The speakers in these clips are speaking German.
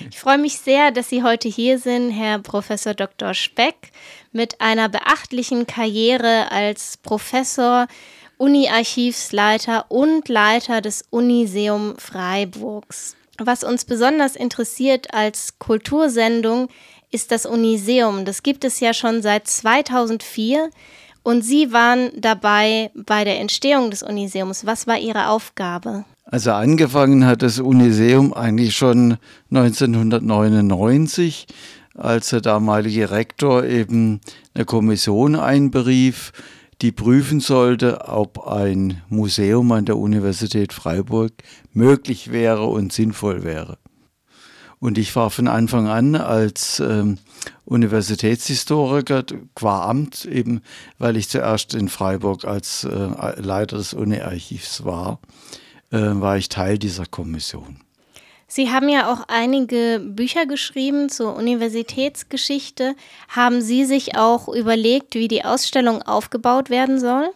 Ich freue mich sehr, dass Sie heute hier sind, Herr Professor Dr. Speck, mit einer beachtlichen Karriere als Professor, Uni-Archivsleiter und Leiter des Uniseum Freiburgs. Was uns besonders interessiert als Kultursendung ist das Uniseum. Das gibt es ja schon seit 2004 und Sie waren dabei bei der Entstehung des Uniseums. Was war Ihre Aufgabe? Also angefangen hat das Uniseum eigentlich schon 1999, als der damalige Rektor eben eine Kommission einberief, die prüfen sollte, ob ein Museum an der Universität Freiburg möglich wäre und sinnvoll wäre. Und ich war von Anfang an als Universitätshistoriker qua Amt, eben weil ich zuerst in Freiburg als Leiter des Uni-Archivs war ich Teil dieser Kommission. Sie haben ja auch einige Bücher geschrieben zur Universitätsgeschichte. Haben Sie sich auch überlegt, wie die Ausstellung aufgebaut werden soll?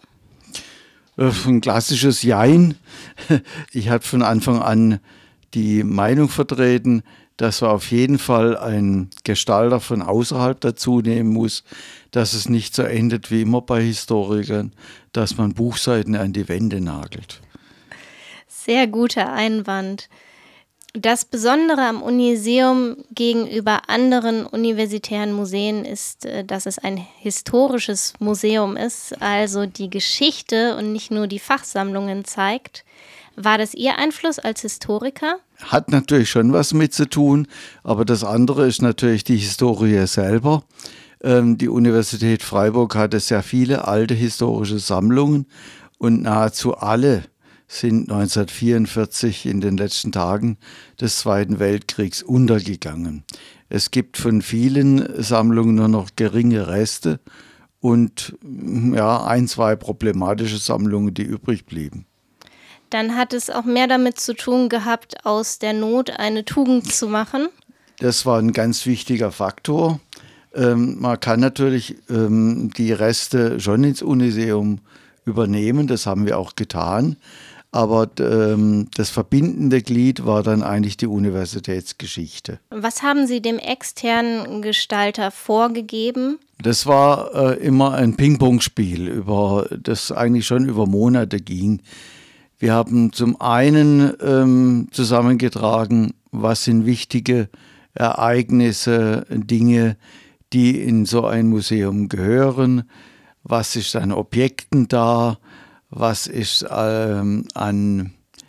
Ein klassisches Jein. Ich habe von Anfang an die Meinung vertreten, dass man auf jeden Fall einen Gestalter von außerhalb dazu nehmen muss, dass es nicht so endet wie immer bei Historikern, dass man Buchseiten an die Wände nagelt. Sehr guter Einwand. Das Besondere am Uniseum gegenüber anderen universitären Museen ist, dass es ein historisches Museum ist, also die Geschichte und nicht nur die Fachsammlungen zeigt. War das Ihr Einfluss als Historiker? Hat natürlich schon was mit zu tun, aber das andere ist natürlich die Historie selber. Die Universität Freiburg hatte sehr viele alte historische Sammlungen und nahezu alle sind 1944 in den letzten Tagen des Zweiten Weltkriegs untergegangen. Es gibt von vielen Sammlungen nur noch geringe Reste und ein, zwei problematische Sammlungen, die übrig blieben. Dann hat es auch mehr damit zu tun gehabt, aus der Not eine Tugend zu machen? Das war ein ganz wichtiger Faktor. Man kann natürlich die Reste schon ins Uniseum übernehmen, das haben wir auch getan. Aber das verbindende Glied war dann eigentlich die Universitätsgeschichte. Was haben Sie dem externen Gestalter vorgegeben? Das war immer ein Ping-Pong-Spiel, das eigentlich schon über Monate ging. Wir haben zum einen zusammengetragen, was sind wichtige Ereignisse, Dinge, die in so ein Museum gehören, was ist an Objekten da, was ist an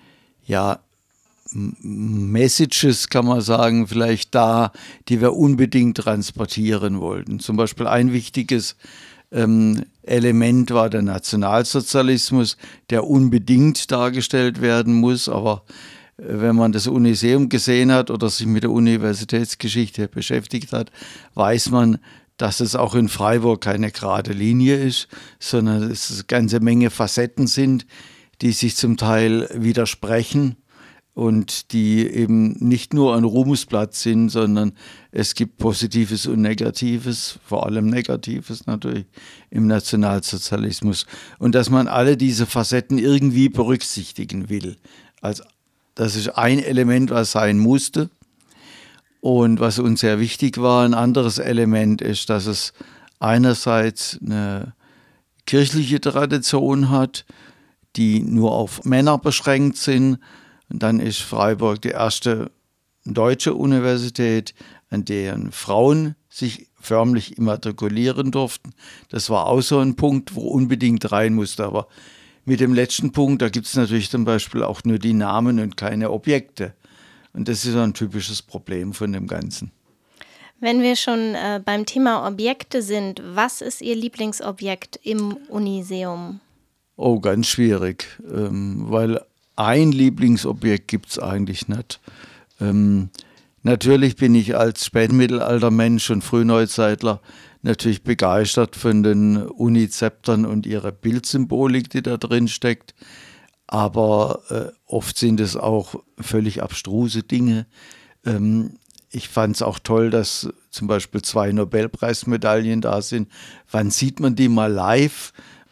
Messages, kann man sagen, vielleicht da, die wir unbedingt transportieren wollten. Zum Beispiel ein wichtiges Element war der Nationalsozialismus, der unbedingt dargestellt werden muss, aber wenn man das Uniseum gesehen hat oder sich mit der Universitätsgeschichte beschäftigt hat, weiß man, dass es auch in Freiburg keine gerade Linie ist, sondern es eine ganze Menge Facetten sind, die sich zum Teil widersprechen und die eben nicht nur ein Ruhmesblatt sind, sondern es gibt Positives und Negatives, vor allem Negatives natürlich im Nationalsozialismus. Und dass man alle diese Facetten irgendwie berücksichtigen will. Also das ist ein Element, was sein musste. Und was uns sehr wichtig war, ein anderes Element ist, dass es einerseits eine kirchliche Tradition hat, die nur auf Männer beschränkt sind. Und dann ist Freiburg die erste deutsche Universität, an der Frauen sich förmlich immatrikulieren durften. Das war auch so ein Punkt, wo unbedingt rein musste. Aber mit dem letzten Punkt, da gibt es natürlich zum Beispiel auch nur die Namen und keine Objekte. Und das ist ein typisches Problem von dem Ganzen. Wenn wir schon beim Thema Objekte sind, was ist Ihr Lieblingsobjekt im Uniseum? Oh, ganz schwierig, weil ein Lieblingsobjekt gibt es eigentlich nicht. Natürlich bin ich als Spätmittelaltermensch und Frühneuzeitler natürlich begeistert von den Unizeptern und ihrer Bildsymbolik, die da drin steckt. Aber oft sind es auch völlig abstruse Dinge. Ich fand es auch toll, dass zum Beispiel 2 Nobelpreismedaillen da sind. Wann sieht man die mal live?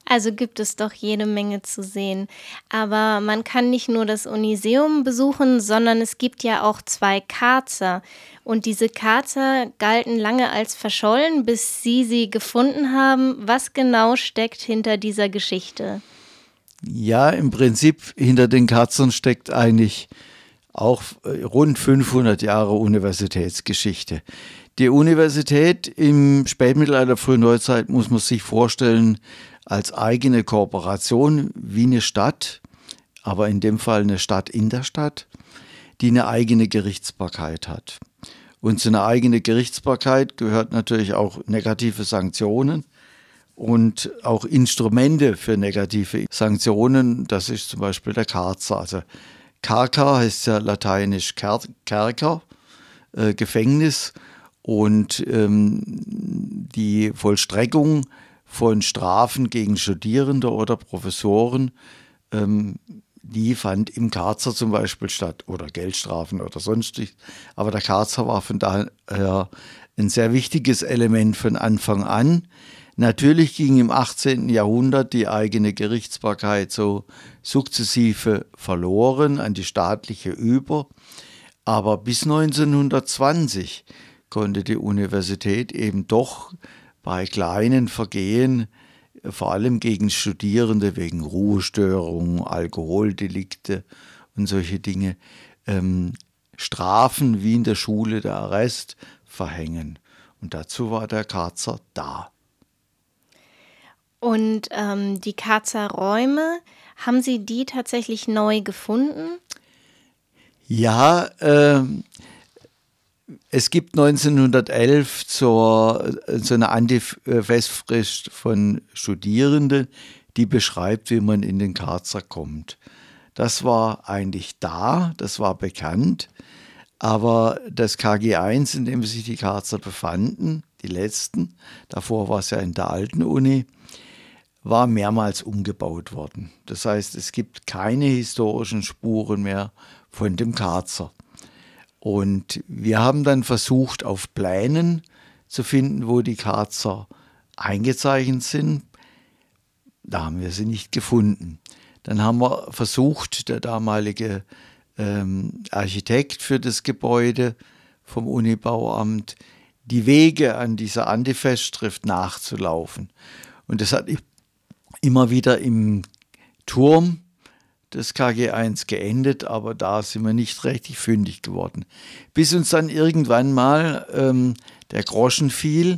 Also gibt es doch jede Menge zu sehen. Aber man kann nicht nur das Uniseum besuchen, sondern es gibt ja auch 2 Karzer. Und diese Karzer galten lange als verschollen, bis Sie gefunden haben. Was genau steckt hinter dieser Geschichte? Ja, im Prinzip hinter den Karzern steckt eigentlich auch rund 500 Jahre Universitätsgeschichte. Die Universität im Spätmittelalter, frühen Neuzeit muss man sich vorstellen als eigene Kooperation wie eine Stadt, aber in dem Fall eine Stadt in der Stadt, die eine eigene Gerichtsbarkeit hat. Und zu einer eigenen Gerichtsbarkeit gehört natürlich auch negative Sanktionen und auch Instrumente für negative Sanktionen. Das ist zum Beispiel der Karzer. Also Carcer heißt ja lateinisch Kerker, Gefängnis. Und die Vollstreckung von Strafen gegen Studierende oder Professoren, die fand im Karzer zum Beispiel statt oder Geldstrafen oder sonstig. Aber der Karzer war von daher ein sehr wichtiges Element von Anfang an. Natürlich ging im 18. Jahrhundert die eigene Gerichtsbarkeit so sukzessive verloren an die staatliche über. Aber bis 1920 konnte die Universität eben doch bei kleinen Vergehen, vor allem gegen Studierende wegen Ruhestörungen, Alkoholdelikte und solche Dinge, Strafen wie in der Schule der Arrest verhängen. Und dazu war der Karzer da. Und die Karzer Räume, haben Sie die tatsächlich neu gefunden? Ja, es gibt 1911 so eine Anti-Festfrist von Studierenden, die beschreibt, wie man in den Karzer kommt. Das war eigentlich da, das war bekannt, aber das KG 1, in dem sich die Karzer befanden, die letzten, davor war es ja in der alten Uni, war mehrmals umgebaut worden. Das heißt, es gibt keine historischen Spuren mehr von dem Karzer. Und wir haben dann versucht, auf Plänen zu finden, wo die Karzer eingezeichnet sind. Da haben wir sie nicht gefunden. Dann haben wir versucht, der damalige Architekt für das Gebäude vom Unibauamt, die Wege an dieser Anti-Festschrift nachzulaufen. Und das hat immer wieder im Turm des KG 1 geendet, aber da sind wir nicht richtig fündig geworden. Bis uns dann irgendwann mal der Groschen fiel,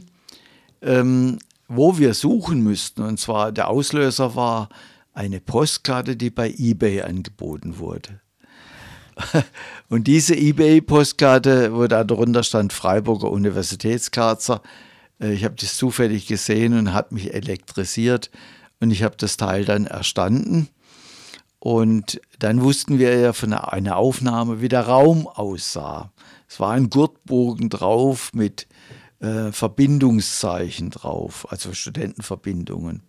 wo wir suchen müssten. Und zwar der Auslöser war eine Postkarte, die bei eBay angeboten wurde. Und diese eBay-Postkarte, wo da drunter stand Freiburger Universitätskarzer, ich habe das zufällig gesehen und hat mich elektrisiert und ich habe das Teil dann erstanden. Und dann wussten wir ja von einer Aufnahme, wie der Raum aussah. Es war ein Gurtbogen drauf mit Verbindungszeichen drauf, also Studentenverbindungen.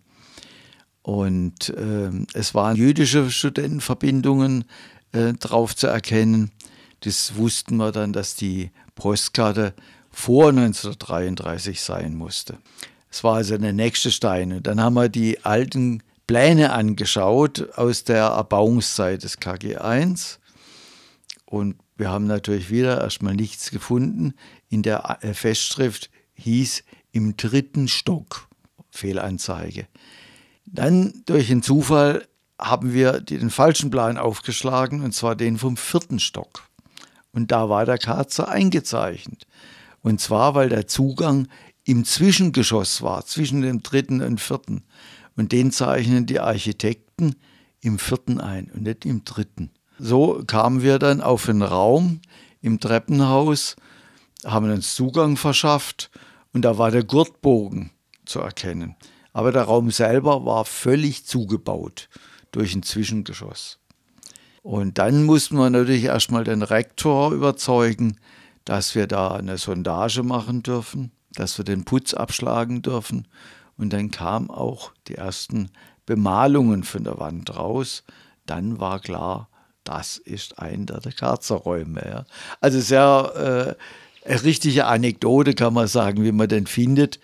Und es waren jüdische Studentenverbindungen drauf zu erkennen. Das wussten wir dann, dass die Postkarte vor 1933 sein musste. Es war also der nächste Stein. Und dann haben wir die alten Pläne angeschaut aus der Erbauungszeit des KG 1 und wir haben natürlich wieder erstmal nichts gefunden. In der Festschrift hieß im 3. Stock Fehlanzeige. Dann durch einen Zufall haben wir den falschen Plan aufgeschlagen und zwar den vom 4. Stock. Und da war der Karzer eingezeichnet. Und zwar, weil der Zugang im Zwischengeschoss war, zwischen dem 3. und 4. Und den zeichnen die Architekten im 4. ein und nicht im 3. So kamen wir dann auf einen Raum im Treppenhaus, haben uns Zugang verschafft und da war der Gurtbogen zu erkennen. Aber der Raum selber war völlig zugebaut durch ein Zwischengeschoss. Und dann mussten wir natürlich erstmal den Rektor überzeugen, dass wir da eine Sondage machen dürfen, dass wir den Putz abschlagen dürfen. Und dann kamen auch die ersten Bemalungen von der Wand raus. Dann war klar, das ist einer der Karzerräume. Ja. Also sehr richtige Anekdote kann man sagen, wie man den findet.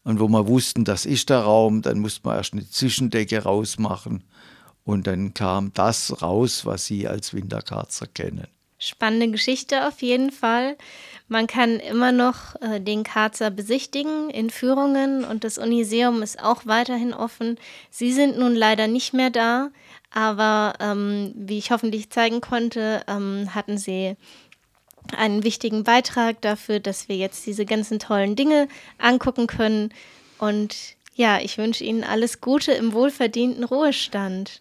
Und wo wir wussten, das ist der Raum, dann musste man erst eine Zwischendecke rausmachen. Und dann kam das raus, was Sie als Winterkarzer kennen. Spannende Geschichte auf jeden Fall. Man kann immer noch den Karzer besichtigen in Führungen und das Uniseum ist auch weiterhin offen. Sie sind nun leider nicht mehr da, aber wie ich hoffentlich zeigen konnte, hatten Sie einen wichtigen Beitrag dafür, dass wir jetzt diese ganzen tollen Dinge angucken können. Und ja, ich wünsche Ihnen alles Gute im wohlverdienten Ruhestand.